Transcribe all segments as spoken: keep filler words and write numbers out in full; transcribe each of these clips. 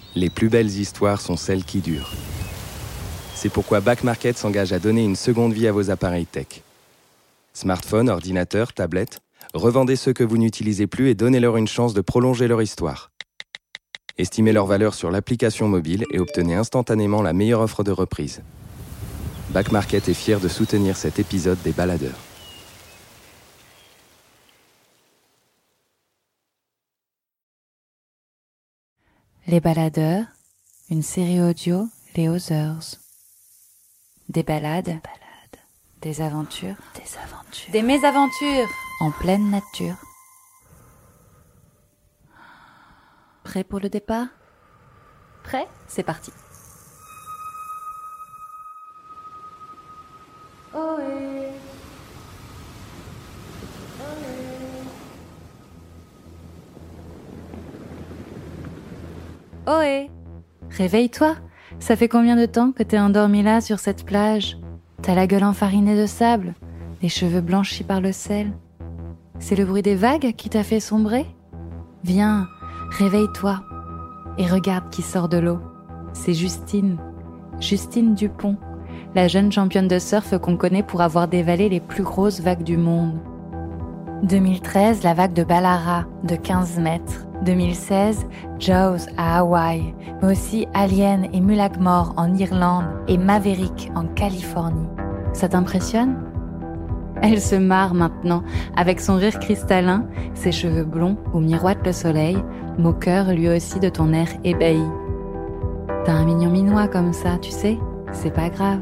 Les plus belles histoires sont celles qui durent. C'est pourquoi Back Market s'engage à donner une seconde vie à vos appareils tech. Smartphones, ordinateurs, tablettes, revendez ceux que vous n'utilisez plus et donnez-leur une chance de prolonger leur histoire. Estimez leur valeur sur l'application mobile et obtenez instantanément la meilleure offre de reprise. Back Market est fier de soutenir cet épisode des Baladeurs. Les Baladeurs, une série audio Les Others. Des balades, des, balades. Des aventures, des aventures, des mésaventures en pleine nature. Prêt pour le départ ? Prêt ? C'est parti. Ohé. Ohé. Réveille-toi. Ça fait combien de temps que t'es endormi là sur cette plage ? T'as la gueule enfarinée de sable, les cheveux blanchis par le sel. C'est le bruit des vagues qui t'a fait sombrer ? Viens, réveille-toi et regarde qui sort de l'eau. C'est Justine, Justine Dupont, la jeune championne de surf qu'on connaît pour avoir dévalé les plus grosses vagues du monde. deux mille treize, la vague de Balara, de quinze mètres. deux mille seize, Jaws à Hawaï, mais aussi Alien et Mullaghmore en Irlande et Maverick en Californie. Ça t'impressionne ? Elle se marre maintenant, avec son rire cristallin, ses cheveux blonds où miroite le soleil, moqueur lui aussi de ton air ébahi. T'as un mignon minois comme ça, tu sais, c'est pas grave.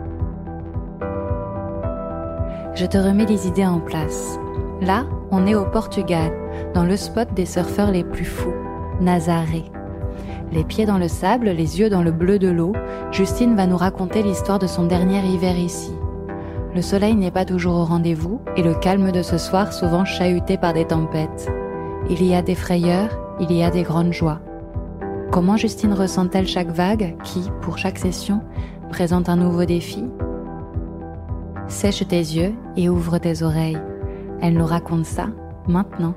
Je te remets les idées en place. Là, on est au Portugal, dans le spot des surfeurs les plus fous, Nazaré. Les pieds dans le sable, les yeux dans le bleu de l'eau, Justine va nous raconter l'histoire de son dernier hiver ici. Le soleil n'est pas toujours au rendez-vous et le calme de ce soir souvent chahuté par des tempêtes. Il y a des frayeurs, il y a des grandes joies. Comment Justine ressent-elle chaque vague qui, pour chaque session, présente un nouveau défi ? Sèche tes yeux et ouvre tes oreilles. Elle nous raconte ça maintenant.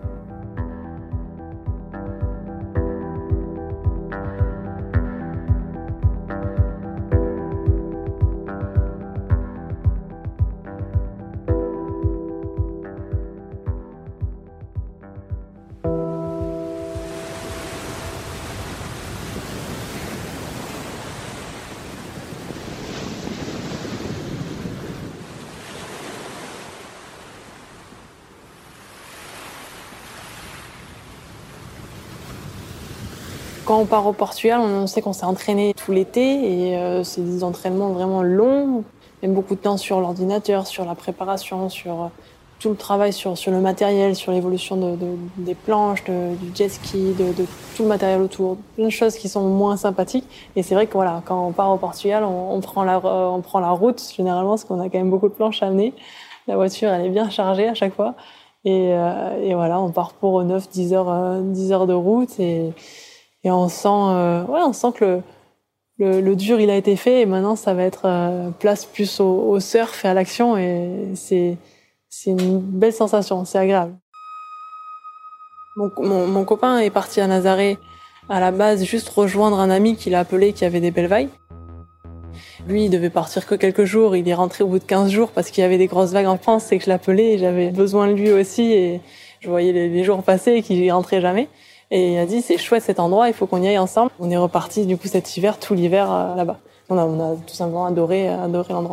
Quand on part au Portugal, on sait qu'on s'est entraîné tout l'été et euh, c'est des entraînements vraiment longs. Même beaucoup de temps sur l'ordinateur, sur la préparation, sur euh, tout le travail sur, sur le matériel, sur l'évolution de, de, des planches, de, du jet ski, de, de tout le matériel autour. Plein de choses qui sont moins sympathiques. Et c'est vrai que voilà, quand on part au Portugal, on, on, prend, la, on prend la route généralement parce qu'on a quand même beaucoup de planches à amener. La voiture, elle est bien chargée à chaque fois. Et, euh, et voilà, on part pour neuf dix heures, euh, dix heures de route et Et on sent, euh, ouais, on sent que le, le, le dur, il a été fait et maintenant, ça va être euh, place plus au, au surf et à l'action et c'est, c'est une belle sensation, c'est agréable. Mon, mon, mon copain est parti à Nazaré à la base juste rejoindre un ami qu'il a appelé qui avait des belles vagues. Lui, il devait partir que quelques jours, il est rentré au bout de quinze jours parce qu'il y avait des grosses vagues en France et que je l'appelais et j'avais besoin de lui aussi et je voyais les, les jours passer et qu'il rentrait jamais. Et il a dit, c'est chouette cet endroit, il faut qu'on y aille ensemble. On est reparti du coup cet hiver, tout l'hiver euh, là-bas. On a, on a tout simplement adoré, adoré l'endroit.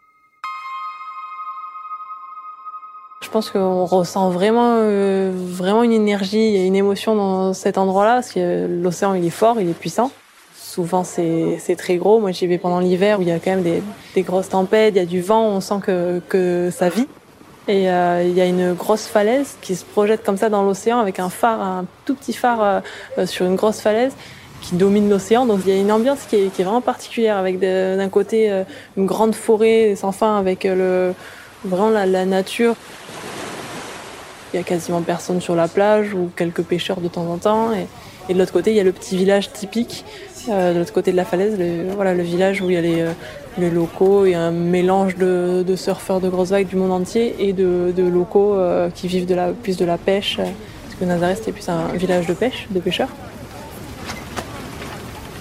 Je pense qu'on ressent vraiment, euh, vraiment une énergie et une émotion dans cet endroit-là, parce que l'océan il est fort, il est puissant. Souvent c'est, c'est très gros. Moi j'y vais pendant l'hiver où il y a quand même des, des grosses tempêtes, il y a du vent, on sent que, que ça vit. Et euh, il y a une grosse falaise qui se projette comme ça dans l'océan avec un phare, un tout petit phare euh, sur une grosse falaise qui domine l'océan. Donc il y a une ambiance qui est, qui est vraiment particulière avec de, d'un côté euh, une grande forêt sans fin avec le, vraiment la, la nature. Il y a quasiment personne sur la plage ou quelques pêcheurs de temps en temps. Et, et de l'autre côté, il y a le petit village typique euh, de l'autre côté de la falaise, le, voilà, le village où il y a les... Euh, les locaux, il y a un mélange de, de surfeurs de grosses vagues du monde entier et de, de locaux euh, qui vivent de la, plus de la pêche, parce que Nazaré c'était plus un village de pêche, de pêcheurs.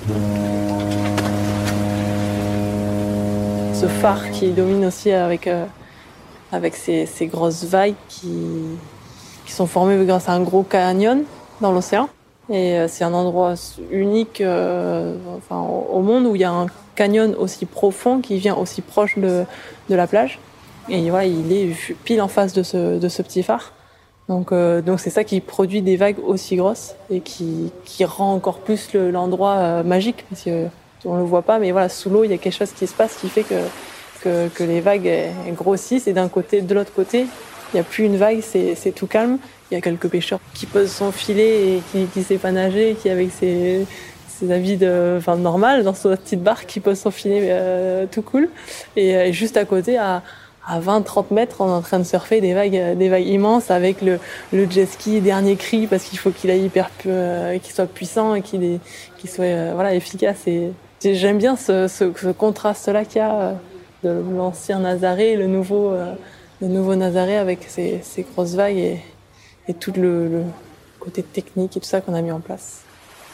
Ce phare qui domine aussi avec, euh, avec ces, ces grosses vagues qui, qui sont formées grâce à un gros canyon dans l'océan. Et euh, c'est un endroit unique euh, enfin, au monde où il y a un canyon aussi profond qui vient aussi proche de, de la plage. Et voilà, il est pile en face de ce, de ce petit phare. Donc, euh, donc c'est ça qui produit des vagues aussi grosses et qui, qui rend encore plus le, l'endroit euh, magique. Parce que on le voit pas, mais voilà, sous l'eau, il y a quelque chose qui se passe qui fait que, que, que les vagues elles grossissent. Et d'un côté, de l'autre côté, il n'y a plus une vague, c'est, c'est tout calme. Il y a quelques pêcheurs qui posent son filet et qui, qui sait pas nager, qui avec ses, ses habits de, enfin, normal, dans sa petite barque, qui pose son filet euh, tout cool. Et, et juste à côté, à, à vingt à trente mètres, on est en train de surfer des vagues, des vagues immenses avec le, le jet ski dernier cri parce qu'il faut qu'il aille hyper, euh, qu'il soit puissant et qu'il, est, qu'il soit euh, voilà, efficace. Et j'aime bien ce, ce, ce contraste-là qu'il y a euh, de l'ancien Nazaré et le nouveau, euh, le nouveau Nazaré avec ses, ses grosses vagues et, et tout le, le côté technique et tout ça qu'on a mis en place.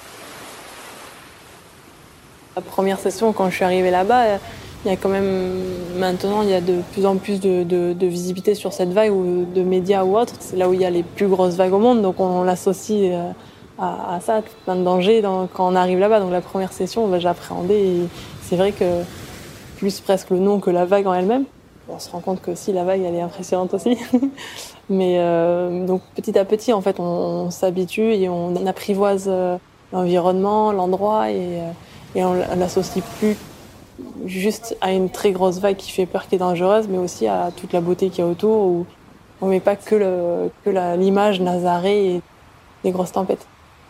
La première session, quand je suis arrivée là-bas, il y a quand même, maintenant, il y a de plus en plus de, de, de visibilité sur cette vague ou de médias ou autres. C'est là où il y a les plus grosses vagues au monde, donc on, on l'associe à, à ça, plein de dangers dans, quand on arrive là-bas. Donc la première session, bah, j'appréhendais et c'est vrai que plus presque le nom que la vague en elle-même. On se rend compte que si la vague, elle est impressionnante aussi. Mais euh, donc petit à petit, en fait, on, on s'habitue et on apprivoise euh, l'environnement, l'endroit et, euh, et on l'associe plus juste à une très grosse vague qui fait peur, qui est dangereuse, mais aussi à toute la beauté qu'il y a autour, où on met pas que, le, que la, l'image Nazaré et les grosses tempêtes.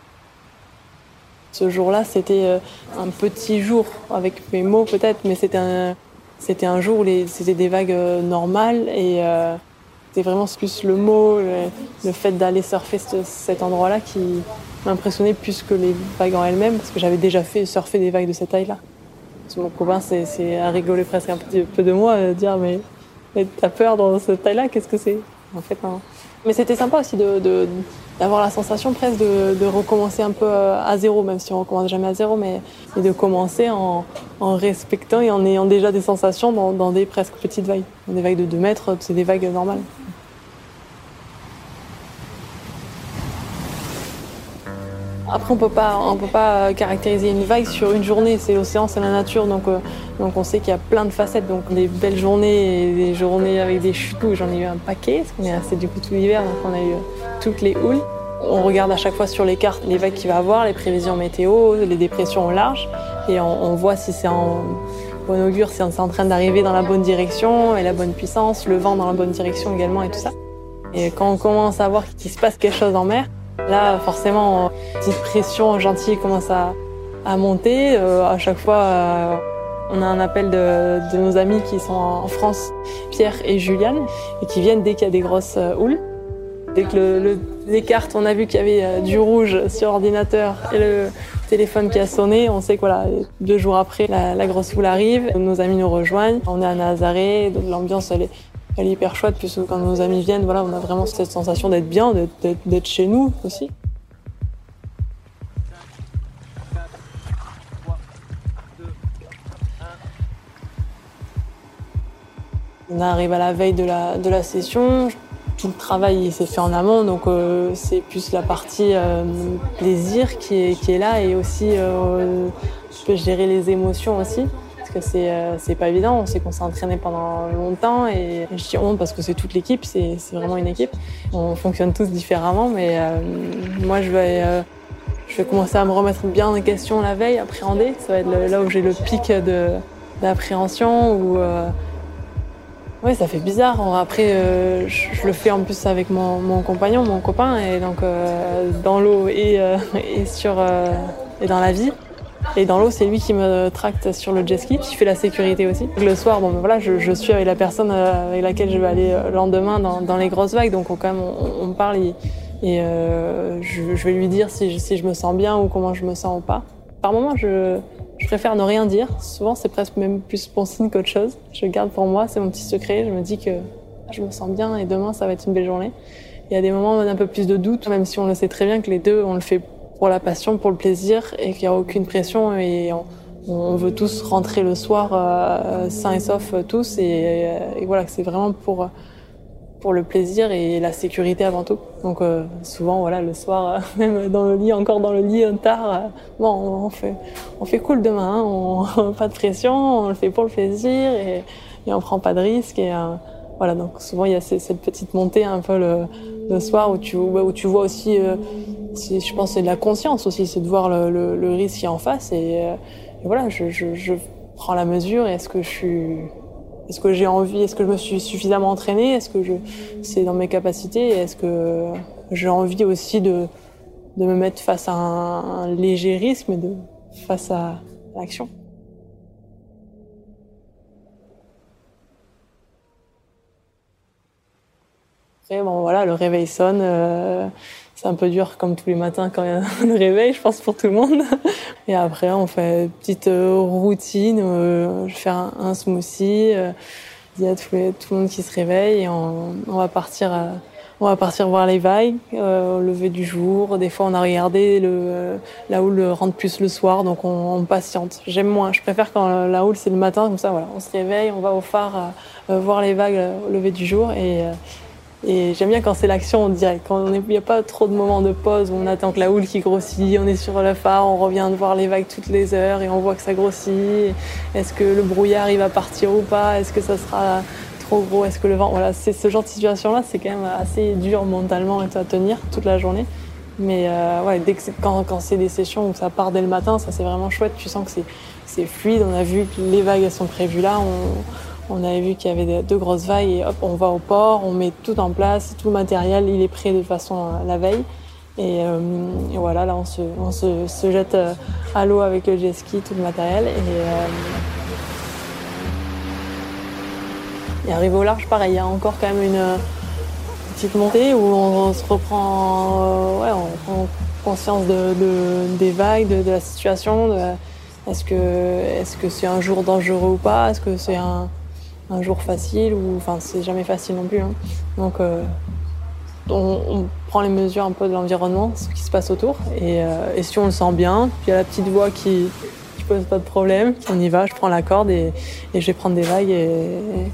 Ce jour-là, c'était un petit jour, avec mes mots peut-être, mais c'était un, c'était un jour où les, c'était des vagues normales et euh, c'était vraiment plus le mot, le, le fait d'aller surfer ce, cet endroit-là qui m'impressionnait plus que les vagues en elles-mêmes, parce que j'avais déjà fait surfer des vagues de cette taille-là. Mon copain, c'est, c'est à rigoler presque un petit peu de moi, à dire mais, mais t'as peur dans cette taille-là, qu'est-ce que c'est? En fait, non. Mais c'était sympa aussi de, de, d'avoir la sensation presque de, de recommencer un peu à zéro, même si on recommence jamais à zéro, mais et de commencer en, en respectant et en ayant déjà des sensations dans, dans des presque petites vagues. Des vagues de deux mètres, c'est des vagues normales. Après, on peut pas, on peut pas caractériser une vague sur une journée. C'est l'océan, c'est la nature, donc, euh, donc on sait qu'il y a plein de facettes. Donc des belles journées, et des journées avec des chutes, j'en ai eu un paquet, parce qu'on est resté du coup tout l'hiver, donc on a eu toutes les houles. On regarde à chaque fois sur les cartes les vagues qu'il va y avoir, les prévisions météo, les dépressions au large, et on, on voit si c'est en bon augure, si on est en train d'arriver dans la bonne direction et la bonne puissance, le vent dans la bonne direction également et tout ça. Et quand on commence à voir qu'il se passe quelque chose en mer, là, forcément, petite pression gentille commence à, à monter. Euh, à chaque fois, euh, on a un appel de, de nos amis qui sont en France, Pierre et Juliane, et qui viennent dès qu'il y a des grosses euh, houles. Dès que le, le, les cartes, on a vu qu'il y avait euh, du rouge sur l'ordinateur et le téléphone qui a sonné, on sait que voilà, deux jours après, la, la grosse houle arrive, nos amis nous rejoignent. On est à Nazaré, donc l'ambiance, elle est... Elle est hyper chouette, puisque quand nos amis viennent, voilà, on a vraiment cette sensation d'être bien, d'être, d'être, d'être chez nous aussi. On arrive à la veille de la, de la session, tout le travail il s'est fait en amont, donc euh, c'est plus la partie euh, plaisir qui est, qui est là et aussi euh, je peux gérer les émotions aussi. Parce que c'est, euh, c'est pas évident, on sait qu'on s'est entraîné pendant longtemps et je dis on parce que c'est toute l'équipe, c'est, c'est vraiment une équipe. On fonctionne tous différemment, mais euh, moi je vais, euh, je vais commencer à me remettre bien en question la veille, appréhender. Ça va être le, là où j'ai le pic de, d'appréhension. Où, euh, oui, ça fait bizarre. Après, euh, je, je le fais en plus avec mon, mon compagnon, mon copain, et donc euh, dans l'eau et, euh, et, sur, euh, et dans la vie. Et dans l'eau, c'est lui qui me tracte sur le jet ski, qui fait la sécurité aussi. Le soir, bon, ben voilà, je, je suis avec la personne avec laquelle je vais aller le lendemain dans, dans les grosses vagues. Donc, on, quand même, on, on parle et, et euh, je, je vais lui dire si je, si je me sens bien ou comment je me sens ou pas. Par moments, je, je préfère ne rien dire. Souvent, c'est presque même plus bon signe qu'autre chose. Je garde pour moi, c'est mon petit secret. Je me dis que je me sens bien et demain, ça va être une belle journée. Il y a des moments où on a un peu plus de doute, même si on le sait très bien que les deux, on le fait pour la passion, pour le plaisir, et qu'il n'y a aucune pression, et on, on veut tous rentrer le soir euh, sains et saufs tous, et, et voilà, que c'est vraiment pour, pour le plaisir et la sécurité avant tout. Donc euh, souvent, voilà, le soir, euh, même dans le lit, encore dans le lit tard, euh, bon, on fait, on fait cool demain, hein, on, pas de pression, on le fait pour le plaisir, et, et on prend pas de risques, et euh, voilà, donc souvent il y a ces, cette petite montée un peu le, le soir où tu, où tu vois aussi, euh, c'est, je pense que c'est de la conscience aussi, c'est de voir le, le, le risque qui est en face, et, euh, et voilà, je, je, je prends la mesure, et est-ce que je suis, est-ce que j'ai envie, est-ce que je me suis suffisamment entraînée, est-ce que je, c'est dans mes capacités, et est-ce que j'ai envie aussi de, de me mettre face à un, un léger risque, mais de, face à l'action. Après, bon, voilà, le réveil sonne. Euh, c'est un peu dur comme tous les matins quand il y a le réveil, je pense, pour tout le monde. Et après, on fait une petite euh, routine. Euh, je fais un, un smoothie. Euh, il y a tout, les, tout le monde qui se réveille, et on, on va partir, euh, on va partir voir les vagues, euh, au lever du jour. Des fois, on a regardé le, la houle rentre plus le soir, donc on, on patiente. J'aime moins. Je préfère quand la houle c'est le matin, comme ça, voilà, on se réveille, on va au phare euh, voir les vagues au lever du jour, et euh, Et j'aime bien quand c'est l'action, on dirait. Quand il n'y a pas trop de moments de pause où on attend que la houle qui grossit, on est sur le phare, on revient de voir les vagues toutes les heures et on voit que ça grossit. Est-ce que le brouillard il va partir ou pas? Est-ce que ça sera trop gros? Est-ce que le vent... Voilà, c'est ce genre de situation-là, c'est quand même assez dur mentalement à tenir toute la journée. Mais euh, ouais, dès que c'est, quand, quand c'est des sessions où ça part dès le matin, ça c'est vraiment chouette. Tu sens que c'est, c'est fluide. On a vu que les vagues elles sont prévues là. On, On avait vu qu'il y avait deux grosses vagues, et hop, on va au port, on met tout en place, tout le matériel, il est prêt de toute façon la veille. Et, euh, et voilà, là on, se, on se, se jette à l'eau avec le jet ski, tout le matériel. Et, euh, et arrivé au large, pareil, il y a encore quand même une petite montée où on, on se reprend, euh, ouais, on prend conscience de, de, des vagues, de, de la situation. De, est-ce que, est-ce que c'est un jour dangereux ou pas? Est-ce que c'est un un jour facile, ou enfin c'est jamais facile non plus, hein. Donc euh, on, on prend les mesures un peu de l'environnement, ce qui se passe autour, et, euh, et si on le sent bien, puis il y a la petite voix qui qui pose pas de problème, on y va, je prends la corde et, et je vais prendre des vagues, et, et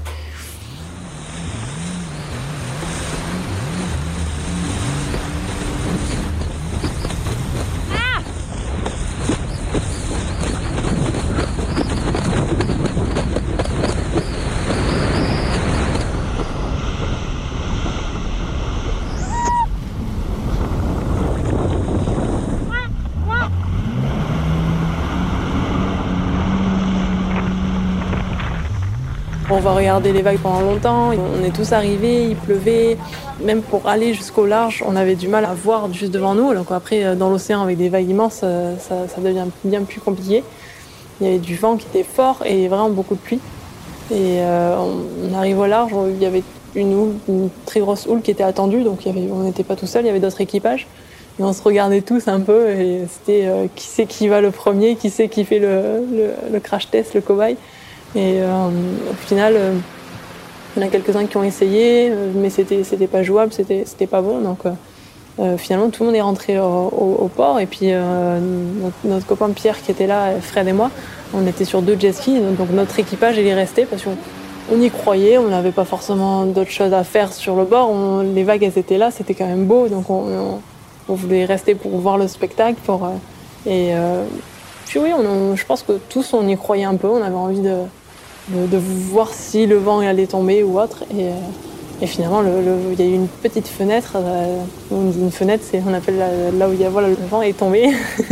on va regarder les vagues pendant longtemps. On est tous arrivés, il pleuvait. Même pour aller jusqu'au large, on avait du mal à voir juste devant nous. Donc après, dans l'océan avec des vagues immenses, ça, ça devient bien plus compliqué. Il y avait du vent qui était fort et vraiment beaucoup de pluie. Et euh, on arrive au large, il y avait une houle, une très grosse houle qui était attendue. Donc il y avait, on n'était pas tout seul, il y avait d'autres équipages. Et on se regardait tous un peu, et c'était euh, qui c'est qui va le premier, qui c'est qui fait le, le, le crash test, le cobaye. Et euh, au final, euh, il y en a quelques-uns qui ont essayé, euh, mais c'était, c'était pas jouable, c'était, c'était pas bon. Donc euh, finalement, tout le monde est rentré au, au, au port. Et puis euh, notre, notre copain Pierre qui était là, Fred et moi, on était sur deux jet skis. Donc notre équipage, il est resté parce qu'on on y croyait, on n'avait pas forcément d'autres choses à faire sur le bord. On, les vagues, elles étaient là, c'était quand même beau. Donc on, on, on voulait rester pour voir le spectacle. Pour, euh, et euh, puis oui, on, on, je pense que tous, on y croyait un peu. On avait envie de... De, de voir si le vent allait tomber ou autre, et, et finalement le, le, il y a eu une petite fenêtre, euh, on dit une fenêtre, c'est, on appelle là, là où il y a, voilà, le vent est tombé.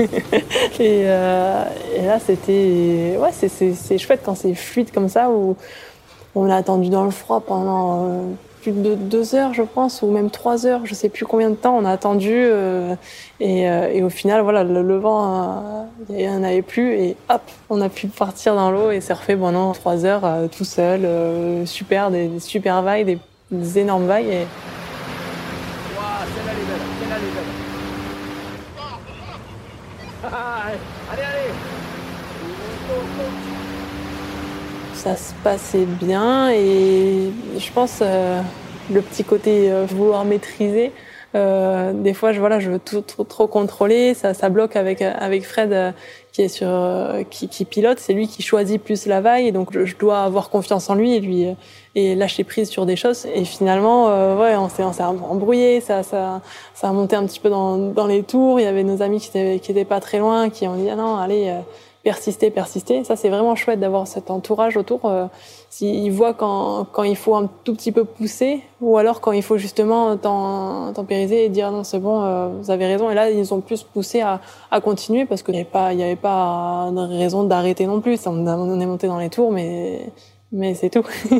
et, euh, et là c'était, ouais, c'est, c'est, c'est chouette quand c'est fluide comme ça, où on a attendu dans le froid pendant euh, plus de deux heures je pense, ou même trois heures, je sais plus combien de temps on a attendu, euh, et, euh, et au final voilà, le, le vent il n'y en avait plus, et hop, on a pu partir dans l'eau et surfer pendant trois heures euh, tout seul, euh, super, des, des super vagues, des, des énormes vagues. Et... Wow, celle-là elle est belle, celle-là elle est belle. Allez, allez. Ça se passait bien, et je pense euh, le petit côté euh, vouloir maîtriser, Euh, des fois, je, voilà, je veux tout, trop, trop contrôler. Ça, ça bloque avec, avec Fred euh, qui est sur, euh, qui, qui pilote. C'est lui qui choisit plus la vague. Et donc, je, je dois avoir confiance en lui et lui, et lâcher prise sur des choses. Et finalement, euh, ouais, on s'est, on s'est embrouillé. Ça, ça, ça a monté un petit peu dans, dans les tours. Il y avait nos amis qui étaient, qui étaient pas très loin, qui ont dit, ah non, allez, euh, persister, persister. Ça, c'est vraiment chouette d'avoir cet entourage autour. Euh, S'ils voient quand, quand il faut un tout petit peu pousser, ou alors quand il faut justement tem- tempériser et dire non, c'est bon, euh, vous avez raison. Et là, ils ont plus poussé à, à continuer parce qu'il n'y avait pas, il y avait pas de raison d'arrêter non plus. On, on est monté dans les tours, mais, mais c'est tout. cinq,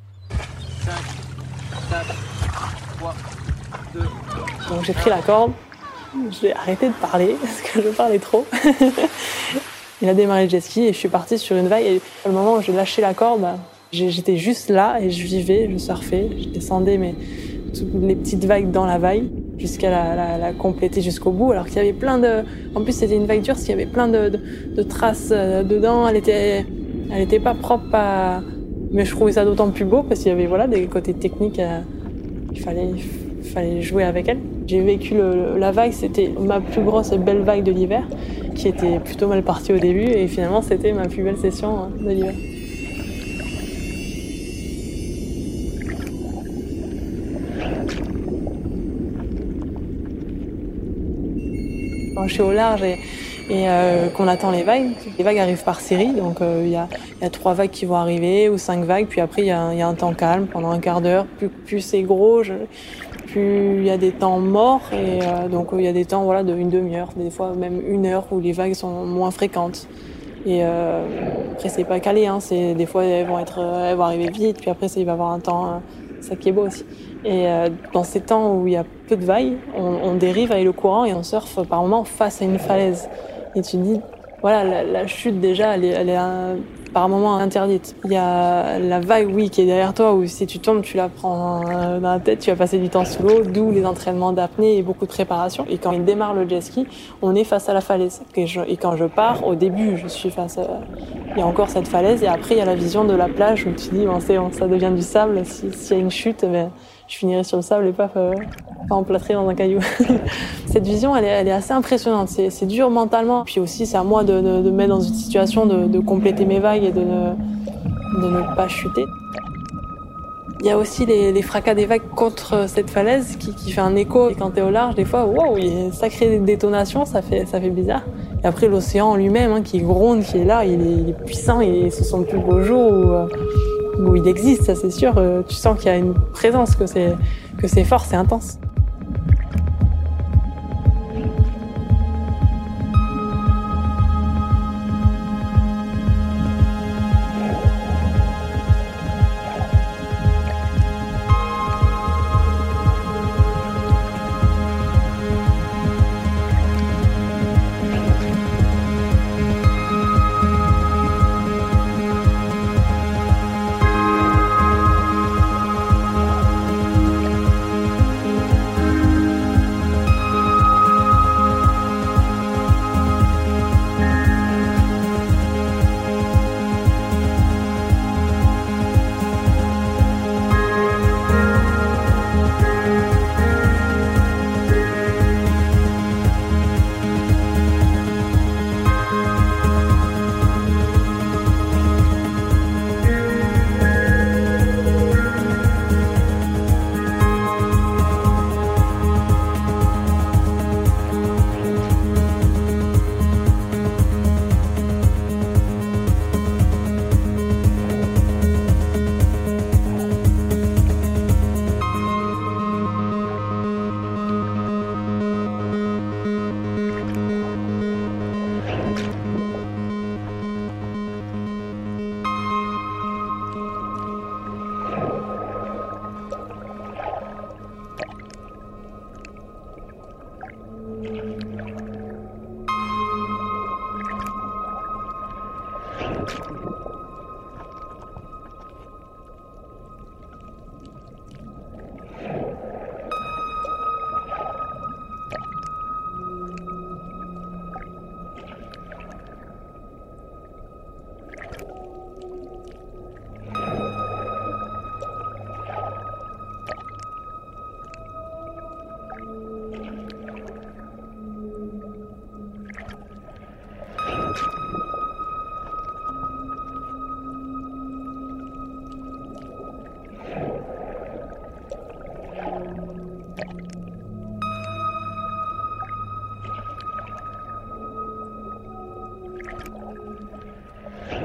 quatre, trois, deux. Donc j'ai pris la corde, j'ai arrêté de parler parce que je parlais trop. Il a démarré le jet ski et je suis partie sur une vague. Et au moment où j'ai lâché la corde, bah, j'étais juste là et je vivais, je surfais, je descendais mes, toutes les petites vagues dans la vague jusqu'à la, la, la compléter jusqu'au bout. Alors qu'il y avait plein de... En plus, c'était une vague dure parce qu'il y avait plein de, de, de traces dedans. Elle était, elle était pas propre, pas... mais je trouvais ça d'autant plus beau parce qu'il y avait voilà, des côtés techniques. Euh, il fallait, il fallait jouer avec elle. J'ai vécu le, la vague, c'était ma plus grosse et belle vague de l'hiver, qui était plutôt mal partie au début, et finalement c'était ma plus belle session de l'hiver. Quand je suis au large et, et euh, qu'on attend les vagues, les vagues arrivent par série, donc il euh, y, a, y a trois vagues qui vont arriver, ou cinq vagues, puis après il y, y a un temps calme pendant un quart d'heure. Plus, plus c'est gros, je, plus il y a des temps morts, et euh, donc il y a des temps voilà, de une demi-heure, des fois même une heure où les vagues sont moins fréquentes. Et euh, après c'est pas calé, hein, c'est, des fois elles vont, être, elles vont arriver vite, puis après ça, il va y avoir un temps, euh, ça qui est beau aussi. Et euh, dans ces temps où il y a peu de vagues, on, on dérive avec le courant et on surfe par moments face à une falaise. Et tu te dis, voilà, la, la chute déjà, elle est, elle est un, par moments interdite. Il y a la vague, oui, qui est derrière toi, où si tu tombes, tu la prends dans la tête, tu vas passer du temps sous l'eau, d'où les entraînements d'apnée et beaucoup de préparation. Et quand il démarre le jet ski, on est face à la falaise. Et, je, et quand je pars, au début, je suis face à... Il y a encore cette falaise, et après, il y a la vision de la plage où tu dis, bon, c'est bon, ça devient du sable. Si, s'il y a une chute, ben, je finirai sur le sable et pas, euh, pas emplâtré dans un caillou. Cette vision, elle est, elle est assez impressionnante. C'est, c'est dur mentalement. Puis aussi, c'est à moi de, de, de me mettre dans une situation de, de compléter mes vagues et de ne, de ne pas chuter. Il y a aussi les, les fracas des vagues contre cette falaise qui, qui fait un écho. Et quand t'es au large, des fois, wow, il y a une sacrée détonation, ça fait, ça fait bizarre. Et après, l'océan en lui-même, hein, qui gronde, qui est là, il est, il est puissant, et ce sont de plus beaux jours où, euh, où il existe, ça c'est sûr. Euh, tu sens qu'il y a une présence, que c'est, que c'est fort, c'est intense.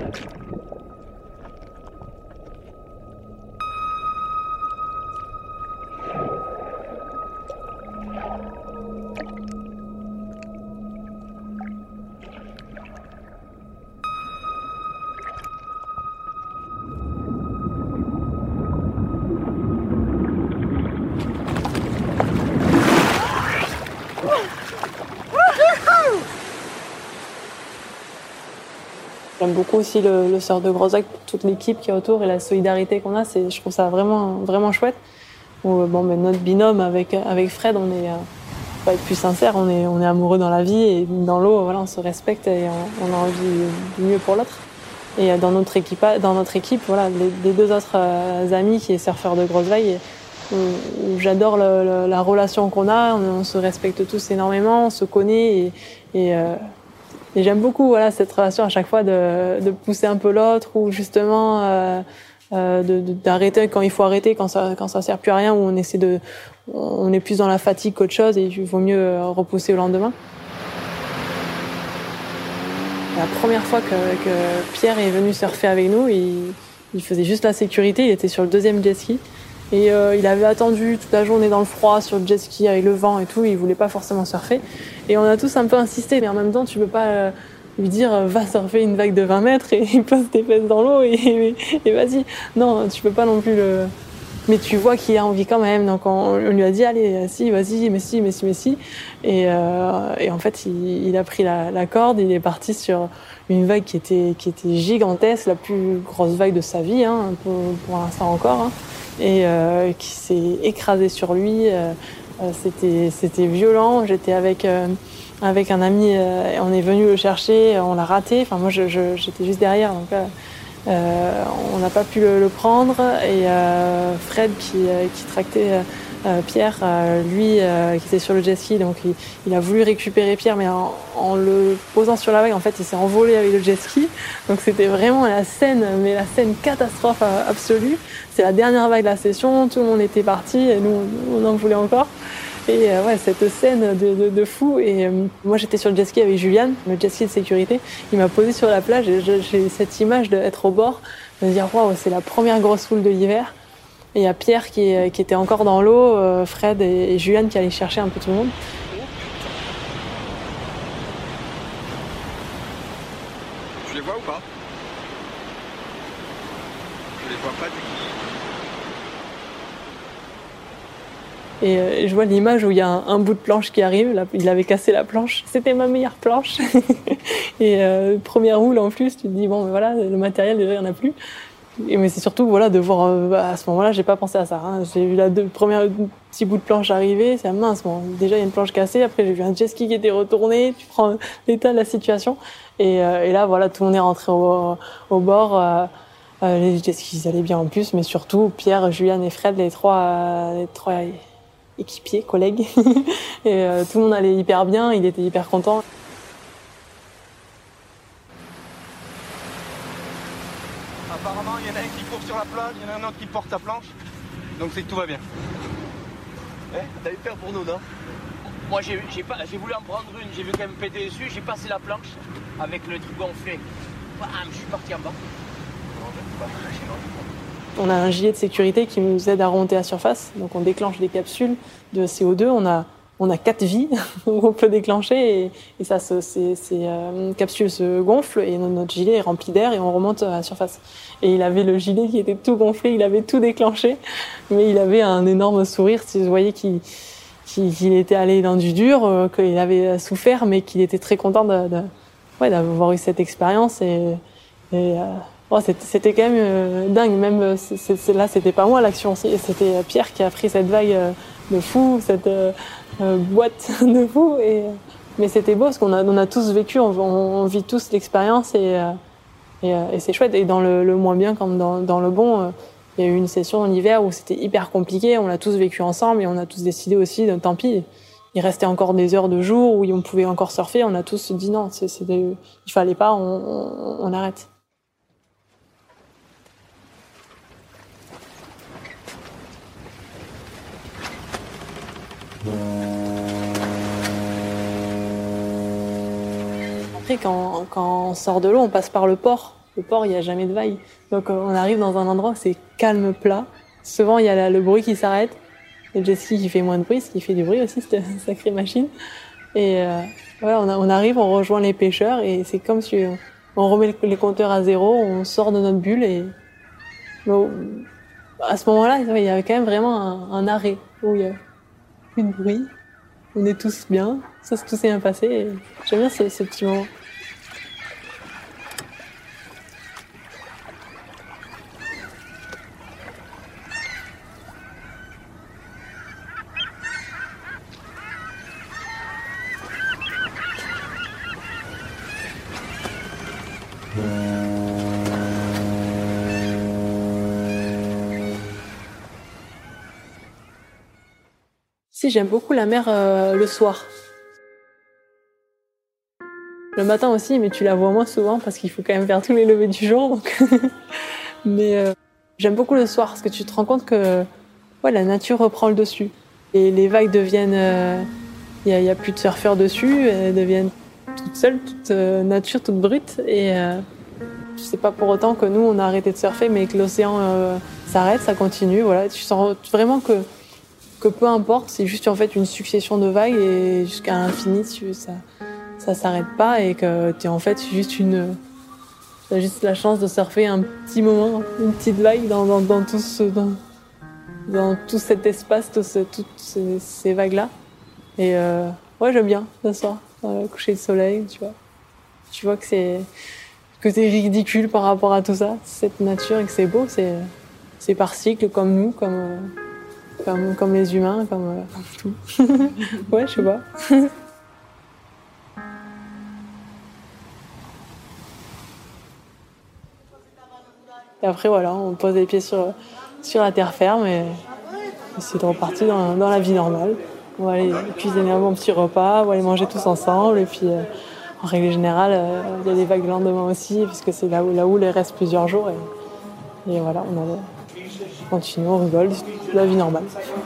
J'aime beaucoup aussi le, le sort de Grosse Vague, toute l'équipe qui est autour et la solidarité qu'on a. C'est, je trouve ça vraiment, vraiment chouette. Où, bon, mais notre binôme avec, avec Fred, on est, euh, pour être plus sincère, on est, on est amoureux dans la vie et dans l'eau, voilà, on se respecte et on, on a envie du mieux pour l'autre. Et dans notre équipe, dans notre équipe voilà, les, les deux autres euh, amis qui est surfeur de Grosse Vague, où, où j'adore le, le, la relation qu'on a, on, on se respecte tous énormément, on se connaît et, et euh, Et j'aime beaucoup voilà, cette relation à chaque fois de, de pousser un peu l'autre ou justement euh, euh, de, de, d'arrêter quand il faut arrêter, quand ça quand ça sert plus à rien, où on essaie de, on est plus dans la fatigue qu'autre chose et il vaut mieux repousser au lendemain. La première fois que, que Pierre est venu surfer avec nous, il, il faisait juste la sécurité, il était sur le deuxième jet ski. Et euh, il avait attendu toute la journée dans le froid sur le jet ski avec le vent et tout, il voulait pas forcément surfer. Et on a tous un peu insisté, mais en même temps tu peux pas euh, lui dire euh, va surfer une vague de vingt mètres et il pose tes fesses dans l'eau et, et, et vas-y. Non, tu peux pas non plus le... Mais tu vois qu'il a envie quand même, donc on, on lui a dit allez, si, vas-y, mais si, mais si, mais si. Et, euh, et en fait il, il a pris la, la corde, il est parti sur une vague qui était, qui était gigantesque, la plus grosse vague de sa vie, hein, pour, pour l'instant encore. Hein. Et euh, qui s'est écrasé sur lui. Euh, c'était, c'était violent. J'étais avec, euh, avec un ami, euh, on est venu le chercher, on l'a raté. Enfin, moi, je, je, j'étais juste derrière, donc euh, on n'a pas pu le, le prendre. Et euh, Fred, qui, euh, qui tractait euh, Pierre, euh, lui, euh, qui était sur le jet ski, donc il, il a voulu récupérer Pierre, mais en, en le posant sur la vague, en fait, il s'est envolé avec le jet ski. Donc c'était vraiment la scène, mais la scène catastrophe absolue. C'est la dernière vague de la session, tout le monde était parti et nous, on en voulait encore. Et euh, ouais, cette scène de, de, de fou. Et euh, moi, j'étais sur le jet ski avec Julian, le jet ski de sécurité. Il m'a posé sur la plage et j'ai cette image d'être au bord, de me dire waouh, c'est la première grosse foule de l'hiver. Et il y a Pierre qui, qui était encore dans l'eau, euh, Fred et, et Julian qui allaient chercher un peu tout le monde. Tu les vois ou pas? Je les vois pas du tout. Et euh, je vois l'image où il y a un, un bout de planche qui arrive, là, il avait cassé la planche, c'était ma meilleure planche. Et euh, première roule en plus, tu te dis bon, mais voilà, le matériel déjà il n'y en a plus. Et, mais c'est surtout voilà, de voir, euh, à ce moment-là, j'ai pas pensé à ça. Hein. J'ai vu la deux, première petit bout de planche arriver, c'est mince, bon, déjà il y a une planche cassée, après j'ai vu un jet ski qui était retourné, tu prends l'état de la situation. Et, euh, et là, voilà, tout le monde est rentré au, au bord. Euh, euh, les jet skis allaient bien en plus, mais surtout Pierre, Julian et Fred, les trois, euh, les trois équipiers, collègues. Et euh, tout le monde allait hyper bien, il était hyper content. Apparemment, il y en a un qui court sur la plage, il y en a un autre qui porte sa planche. Donc c'est que tout va bien. Eh, t'as eu peur pour nous, non? Moi, j'ai, j'ai, pas, j'ai voulu en prendre une, j'ai vu qu'elle me pétait dessus, j'ai passé la planche avec le truc gonflé. Bam, je suis parti en bas. On a un gilet de sécurité qui nous aide à remonter à la surface. Donc on déclenche des capsules de C O deux. On a, on a quatre vies où on peut déclencher et, et ça, ce, ces, ces euh, capsules se gonflent et notre gilet est rempli d'air et on remonte à la surface. Et il avait le gilet qui était tout gonflé, il avait tout déclenché, mais il avait un énorme sourire. Si vous voyez qu'il, qu'il, qu'il était allé dans du dur, euh, qu'il avait souffert, mais qu'il était très content de, de, ouais, d'avoir eu cette expérience. Et, et euh, oh, c'était, c'était quand même euh, dingue. Même c'est, c'est, là, c'était pas moi l'action, c'était Pierre qui a pris cette vague euh, de fou, cette euh, euh, boîte de fou. Et, mais c'était beau parce qu'on a, on a tous vécu, on, on, on vit tous l'expérience et, euh, et, euh, et c'est chouette. Et dans le, le moins bien comme dans, dans le bon, euh, il y a eu une session en hiver où c'était hyper compliqué. On l'a tous vécu ensemble et on a tous décidé aussi, de, tant pis. Il restait encore des heures de jour où on pouvait encore surfer. On a tous dit non, c'est, c'est des, il fallait pas, on, on, on arrête. Après, quand, quand on sort de l'eau, on passe par le port. le port, il n'y a jamais de vagues. Donc on arrive dans un endroit où c'est calme plat. Souvent, il y a la, le bruit qui s'arrête. Le jet ski qui fait moins de bruit, ce qui fait du bruit aussi, cette sacrée machine. Et euh, voilà, on, a, on arrive, on rejoint les pêcheurs et c'est comme si on, on remet les compteurs à zéro, on sort de notre bulle et bon, à ce moment-là, il y avait quand même vraiment un, un arrêt où il y a plus de bruit, on est tous bien, ça tout s'est bien passé et j'aime bien ce, ce petit moment. Si, j'aime beaucoup la mer euh, le soir. Le matin aussi, mais tu la vois moins souvent parce qu'il faut quand même faire tous les levées du jour. Donc mais euh, j'aime beaucoup le soir parce que tu te rends compte que ouais, la nature reprend le dessus. Et les vagues deviennent... Il euh, n'y a, y a plus de surfeurs dessus, elles deviennent toutes seules, toute euh, nature, toute brute. Et euh, c'est pas pour autant que nous, on a arrêté de surfer, mais que l'océan euh, s'arrête, ça continue. Voilà. Tu sens vraiment que... que peu importe, c'est juste en fait une succession de vagues et jusqu'à l'infini, ça, ça s'arrête pas et que t'es en fait juste une, t'as juste la chance de surfer un petit moment, une petite vague dans, dans, dans tout ce, dans, dans tout cet espace, tout ce, toutes ces, ces vagues-là. Et euh, ouais, j'aime bien le soir, le coucher de soleil, tu vois. Tu vois que c'est, que c'est ridicule par rapport à tout ça, cette nature et que c'est beau, c'est, c'est par cycle comme nous, comme, euh, Comme, comme les humains, comme, euh, comme tout. Ouais, je sais pas. Et après, voilà, on pose les pieds sur, sur la terre ferme et c'est de repartir dans, dans la vie normale. On va aller cuisiner un bon petit repas, on va aller manger tous ensemble. Et puis, euh, en règle générale, euh, il y a des vagues le lendemain aussi, puisque c'est là où la houle reste plusieurs jours. Et, et voilà, on a, on continue, on rigole, la vie normale.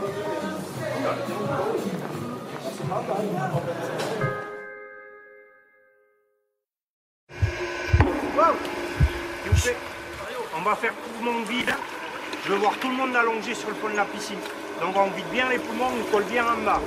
On va faire poumon vide. Je veux voir tout le monde allongé sur le fond de la piscine. Donc on vide bien les poumons, on colle bien en bas.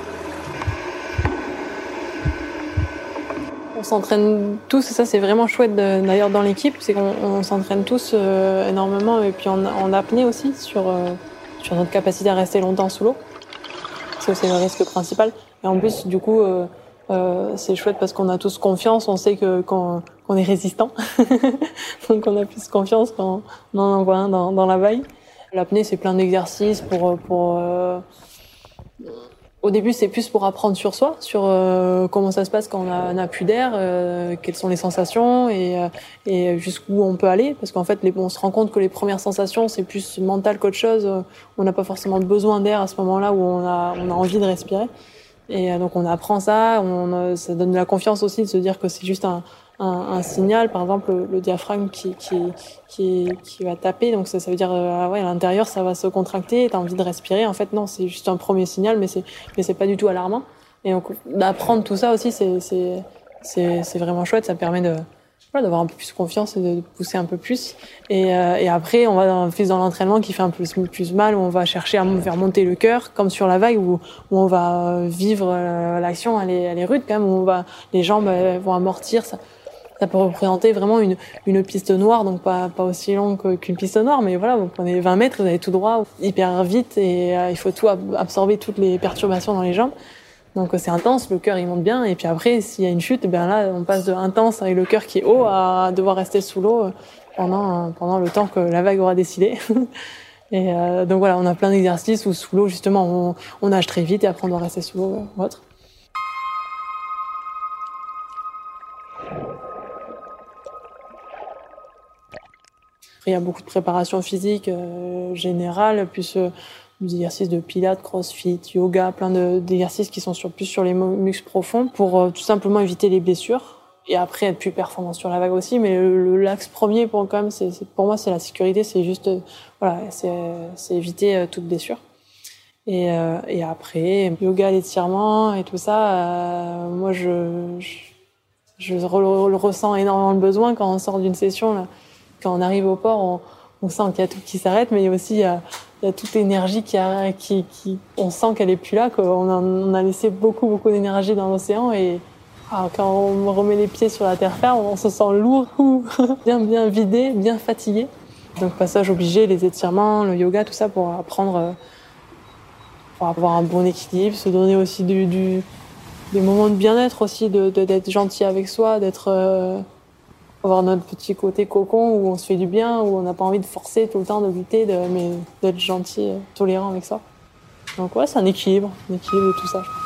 On s'entraîne tous, et ça c'est vraiment chouette de, d'ailleurs dans l'équipe, c'est qu'on on s'entraîne tous euh, énormément et puis en, en apnée aussi sur, euh, sur notre capacité à rester longtemps sous l'eau. Parce que c'est le risque principal. Et en plus, du coup, euh, euh, c'est chouette parce qu'on a tous confiance, on sait que, qu'on, qu'on est résistant. Donc on a plus confiance quand on en envoie un dans, dans la vague. L'apnée, c'est plein d'exercices pour... pour euh, Au début, c'est plus pour apprendre sur soi, sur euh, comment ça se passe quand on n'a plus d'air, euh, quelles sont les sensations et, euh, et jusqu'où on peut aller. Parce qu'en fait, les, on se rend compte que les premières sensations, c'est plus mental qu'autre chose. On n'a pas forcément besoin d'air à ce moment-là où on a, on a envie de respirer. Et euh, donc, on apprend ça. On, ça donne de la confiance aussi de se dire que c'est juste un, un, un signal. Par exemple, le, le diaphragme qui, qui, qui, qui va taper. Donc, ça, ça veut dire euh, ouais, à l'intérieur, ça va se contracter. Tu as envie de respirer. En fait, non, c'est juste un premier signal, mais c'est, mais c'est pas du tout alarmant. Et donc, d'apprendre tout ça aussi, c'est, c'est, c'est, c'est vraiment chouette. Ça permet de, voilà, d'avoir un peu plus confiance et de pousser un peu plus. Et, euh, et après, on va dans, plus dans l'entraînement qui fait un peu plus mal, où on va chercher à faire monter le cœur, comme sur la vague, où, où on va vivre euh, l'action, elle est, elle est rude quand même, où on va, les jambes euh, vont amortir. Ça, ça peut représenter vraiment une, une piste noire, donc pas, pas aussi longue qu'une piste noire, mais voilà, vous prenez vingt mètres, vous allez tout droit, hyper vite, et euh, il faut tout absorber, toutes les perturbations dans les jambes. Donc c'est intense, le cœur il monte bien, et puis après s'il y a une chute, ben là on passe de intense avec le cœur qui est haut à devoir rester sous l'eau pendant pendant le temps que la vague aura décidé. Et euh, donc voilà, on a plein d'exercices où sous l'eau justement on, on nage très vite et après on doit rester sous l'eau euh, ou autre. Après il y a beaucoup de préparation physique euh, générale, plus euh, des exercices de pilates, crossfit, yoga, plein de, d'exercices qui sont sur, plus sur les muscles profonds pour euh, tout simplement éviter les blessures et après être plus performant sur la vague aussi. Mais le, le l'axe premier pour quand même, c'est, c'est pour moi c'est la sécurité, c'est juste euh, voilà, c'est, c'est éviter euh, toute blessure. Et, euh, et après yoga, l'étirement et tout ça, euh, moi je, je je re, le ressens énormément le besoin quand on sort d'une session là. Quand on arrive au port, on, on sent qu'il y a tout qui s'arrête, mais il y a aussi il y a, il y a toute l'énergie qui, a, qui, qui... On sent qu'elle est plus là, qu'on a, on a laissé beaucoup, beaucoup d'énergie dans l'océan. Et ah, quand on remet les pieds sur la terre ferme, on se sent lourd, bien, bien vidé, bien fatigué. Donc passage obligé, les étirements, le yoga, tout ça pour apprendre, pour avoir un bon équilibre, se donner aussi du, du, des moments de bien-être aussi, de, de, d'être gentil avec soi, d'être... Euh, avoir notre petit côté cocon où on se fait du bien, où on n'a pas envie de forcer tout le temps, de lutter, de, mais d'être gentil, tolérant avec ça. Donc ouais, c'est un équilibre, un équilibre de tout ça, je crois.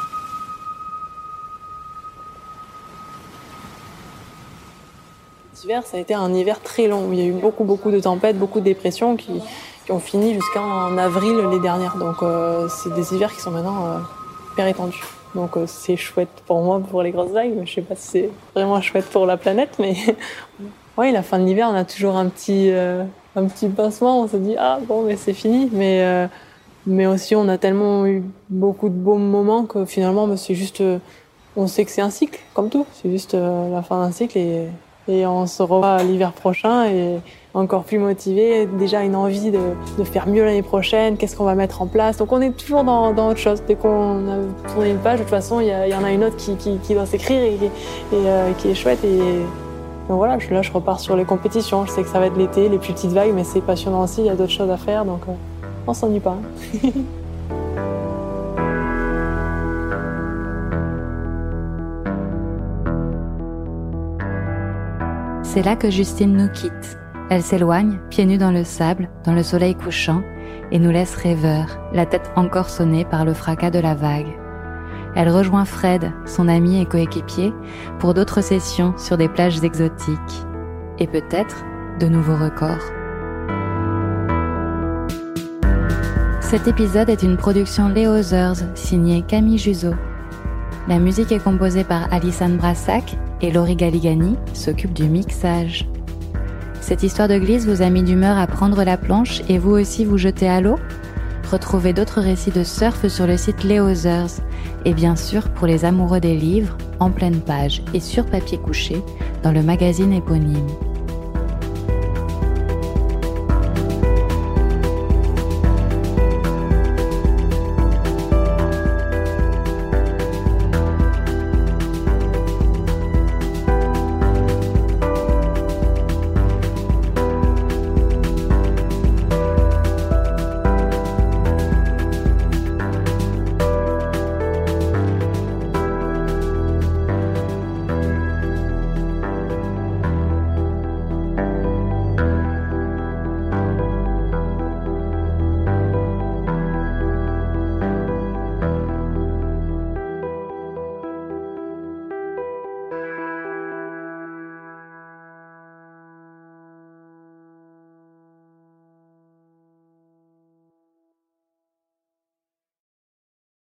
Cet hiver, ça a été un hiver très long, où il y a eu beaucoup, beaucoup de tempêtes, beaucoup de dépressions qui, qui ont fini jusqu'en avril les dernières. Donc euh, c'est des hivers qui sont maintenant euh, hyper étendus. Donc euh, c'est chouette pour moi, pour les grosses vagues. Je sais pas si c'est vraiment chouette pour la planète, mais oui, la fin de l'hiver, on a toujours un petit, euh, un petit pincement. On se dit ah bon, mais c'est fini. Mais euh, mais aussi, on a tellement eu beaucoup de beaux moments que finalement, bah, c'est juste, euh, on sait que c'est un cycle, comme tout. C'est juste euh, la fin d'un cycle et et on se revoit l'hiver prochain et encore plus motivé, déjà une envie de, de faire mieux l'année prochaine, qu'est-ce qu'on va mettre en place. Donc on est toujours dans, dans autre chose. Dès qu'on a tourné une page, de toute façon, il y, y en a une autre qui, qui, qui doit s'écrire et, et euh, qui est chouette. Et donc voilà, je, là je repars sur les compétitions. Je sais que ça va être l'été, les plus petites vagues, mais c'est passionnant aussi, il y a d'autres choses à faire, donc euh, on s'ennuie pas. C'est là que Justine nous quitte. Elle s'éloigne, pieds nus dans le sable, dans le soleil couchant, et nous laisse rêveurs, la tête encore sonnée par le fracas de la vague. Elle rejoint Fred, son ami et coéquipier, pour d'autres sessions sur des plages exotiques. Et peut-être de nouveaux records. Cet épisode est une production Les Others, signée Camille Juzo. La musique est composée par Alissane Brassac et Laurie Galigani s'occupe du mixage. Cette histoire de glisse vous a mis d'humeur à prendre la planche et vous aussi vous jeter à l'eau ? Retrouvez d'autres récits de surf sur le site Les Others et bien sûr pour les amoureux des livres, en pleine page et sur papier couché dans le magazine éponyme.